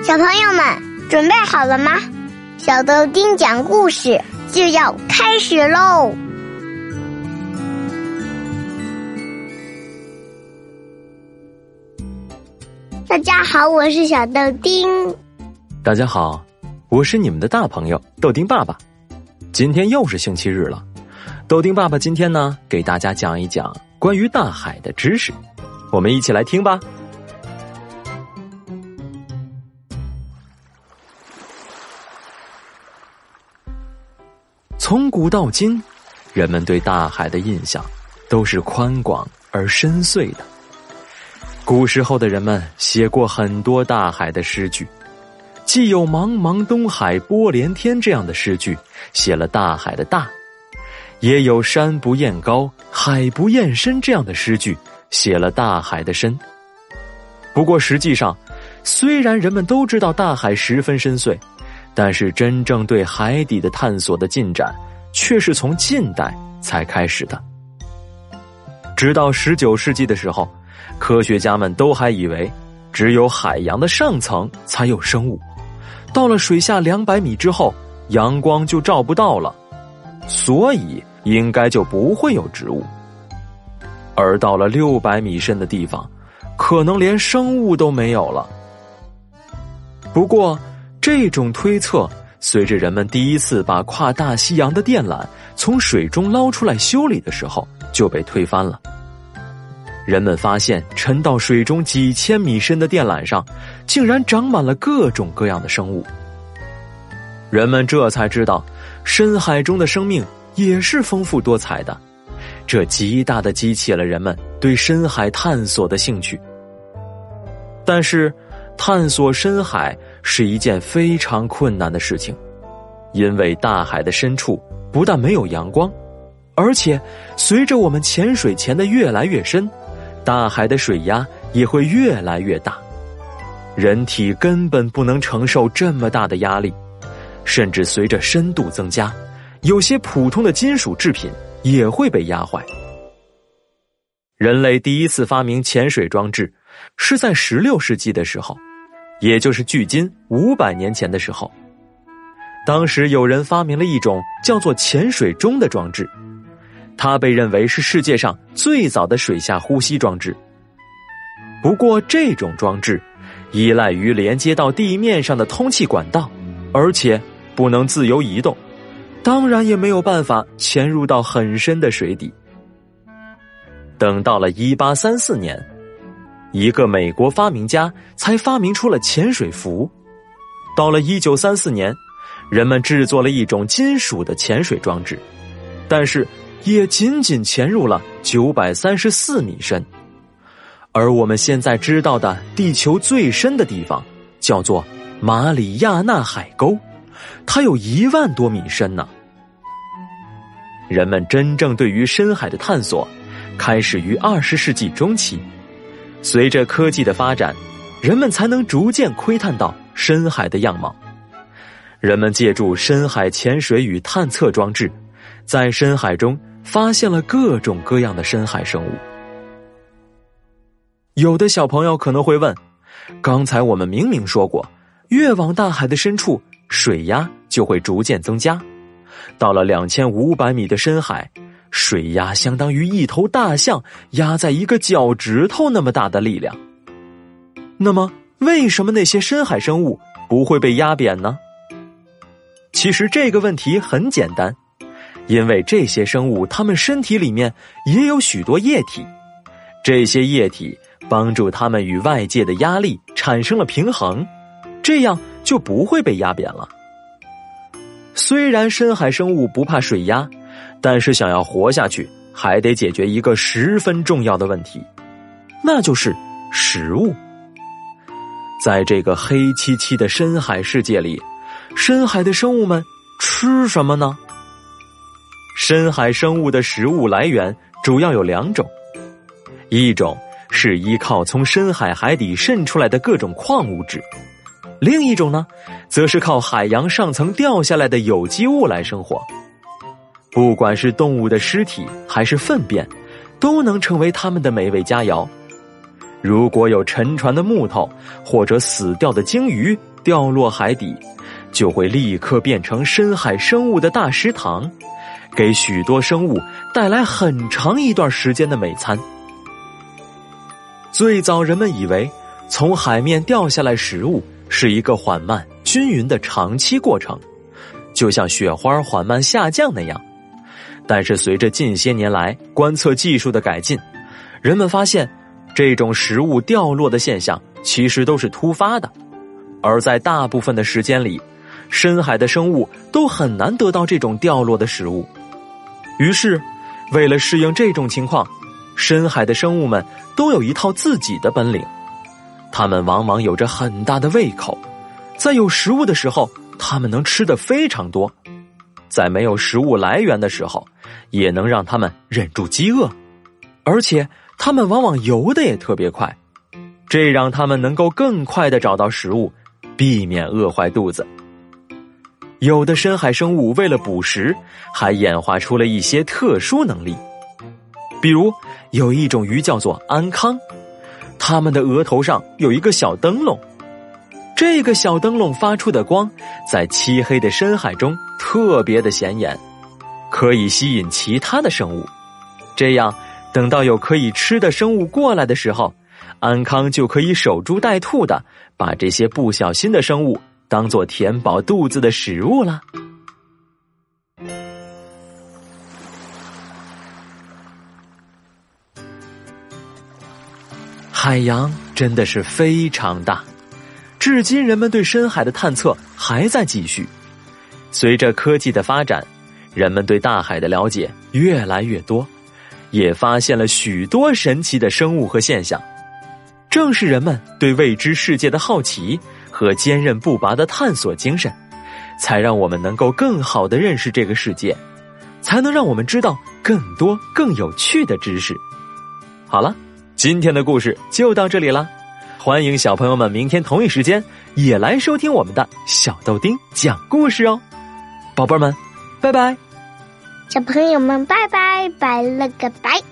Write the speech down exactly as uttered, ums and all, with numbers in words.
小朋友们准备好了吗？小豆丁讲故事就要开始喽！大家好，我是小豆丁。 大家好，我是你们的大朋友豆丁爸爸。今天又是星期日了，豆丁爸爸今天呢，给大家讲一讲关于大海的知识，我们一起来听吧。从古到今，人们对大海的印象都是宽广而深邃的。古时候的人们写过很多大海的诗句，既有茫茫东海波连天这样的诗句，写了大海的大，也有山不厌高海不厌深这样的诗句，写了大海的深。不过实际上，虽然人们都知道大海十分深邃，但是真正对海底的探索的进展却是从近代才开始的。直到十九世纪的时候，科学家们都还以为只有海洋的上层才有生物，到了水下两百米之后，阳光就照不到了，所以应该就不会有植物。而到了六百米深的地方，可能连生物都没有了。不过这种推测随着人们第一次把跨大西洋的电缆从水中捞出来修理的时候就被推翻了。人们发现沉到水中几千米深的电缆上竟然长满了各种各样的生物。人们这才知道深海中的生命也是丰富多彩的，这极大地激起了人们对深海探索的兴趣。但是探索深海是一件非常困难的事情，因为大海的深处不但没有阳光，而且随着我们潜水潜得越来越深，大海的水压也会越来越大，人体根本不能承受这么大的压力，甚至随着深度增加，有些普通的金属制品也会被压坏。人类第一次发明潜水装置是在十六世纪的时候，也就是距今五百年前的时候。当时有人发明了一种叫做潜水钟的装置，它被认为是世界上最早的水下呼吸装置。不过这种装置依赖于连接到地面上的通气管道，而且不能自由移动，当然也没有办法潜入到很深的水底。等到了一八三四年，一个美国发明家才发明出了潜水服。到了一九三四年，人们制作了一种金属的潜水装置，但是也仅仅潜入了九百三十四米深。而我们现在知道的地球最深的地方叫做马里亚纳海沟，它有一万多米深呢。人们真正对于深海的探索开始于二十世纪中期，随着科技的发展，人们才能逐渐窥探到深海的样貌。人们借助深海潜水与探测装置，在深海中发现了各种各样的深海生物。有的小朋友可能会问，刚才我们明明说过，越往大海的深处，水压就会逐渐增加。到了两千五百米的深海，水压相当于一头大象压在一个脚趾头那么大的力量。那么为什么那些深海生物不会被压扁呢？其实这个问题很简单，因为这些生物它们身体里面也有许多液体，这些液体帮助它们与外界的压力产生了平衡，这样就不会被压扁了。虽然深海生物不怕水压，但是想要活下去，还得解决一个十分重要的问题，那就是食物。在这个黑漆漆的深海世界里，深海的生物们吃什么呢？深海生物的食物来源主要有两种，一种是依靠从深海海底渗出来的各种矿物质，另一种呢，则是靠海洋上层掉下来的有机物来生活。不管是动物的尸体还是粪便，都能成为它们的美味佳肴。如果有沉船的木头或者死掉的鲸鱼掉落海底，就会立刻变成深海生物的大食堂，给许多生物带来很长一段时间的美餐。最早人们以为从海面掉下来食物是一个缓慢均匀的长期过程，就像雪花缓慢下降那样。但是随着近些年来观测技术的改进，人们发现这种食物掉落的现象其实都是突发的，而在大部分的时间里，深海的生物都很难得到这种掉落的食物。于是为了适应这种情况，深海的生物们都有一套自己的本领。它们往往有着很大的胃口，在有食物的时候，它们能吃得非常多；在没有食物来源的时候，也能让它们忍住饥饿。而且它们往往游得也特别快，这让它们能够更快地找到食物，避免饿坏肚子。有的深海生物为了捕食，还演化出了一些特殊能力。比如有一种鱼叫做安康，它们的额头上有一个小灯笼，这个小灯笼发出的光在漆黑的深海中特别的显眼，可以吸引其他的生物。这样等到有可以吃的生物过来的时候，安康就可以守株待兔的把这些不小心的生物当作填饱肚子的食物了。海洋真的是非常大，至今人们对深海的探测还在继续。随着科技的发展，人们对大海的了解越来越多，也发现了许多神奇的生物和现象。正是人们对未知世界的好奇和坚韧不拔的探索精神，才让我们能够更好地认识这个世界，才能让我们知道更多更有趣的知识。好了，今天的故事就到这里了，欢迎小朋友们明天同一时间也来收听我们的小豆丁讲故事哦。宝贝们，拜拜。 小朋友们，拜拜，拜了个拜。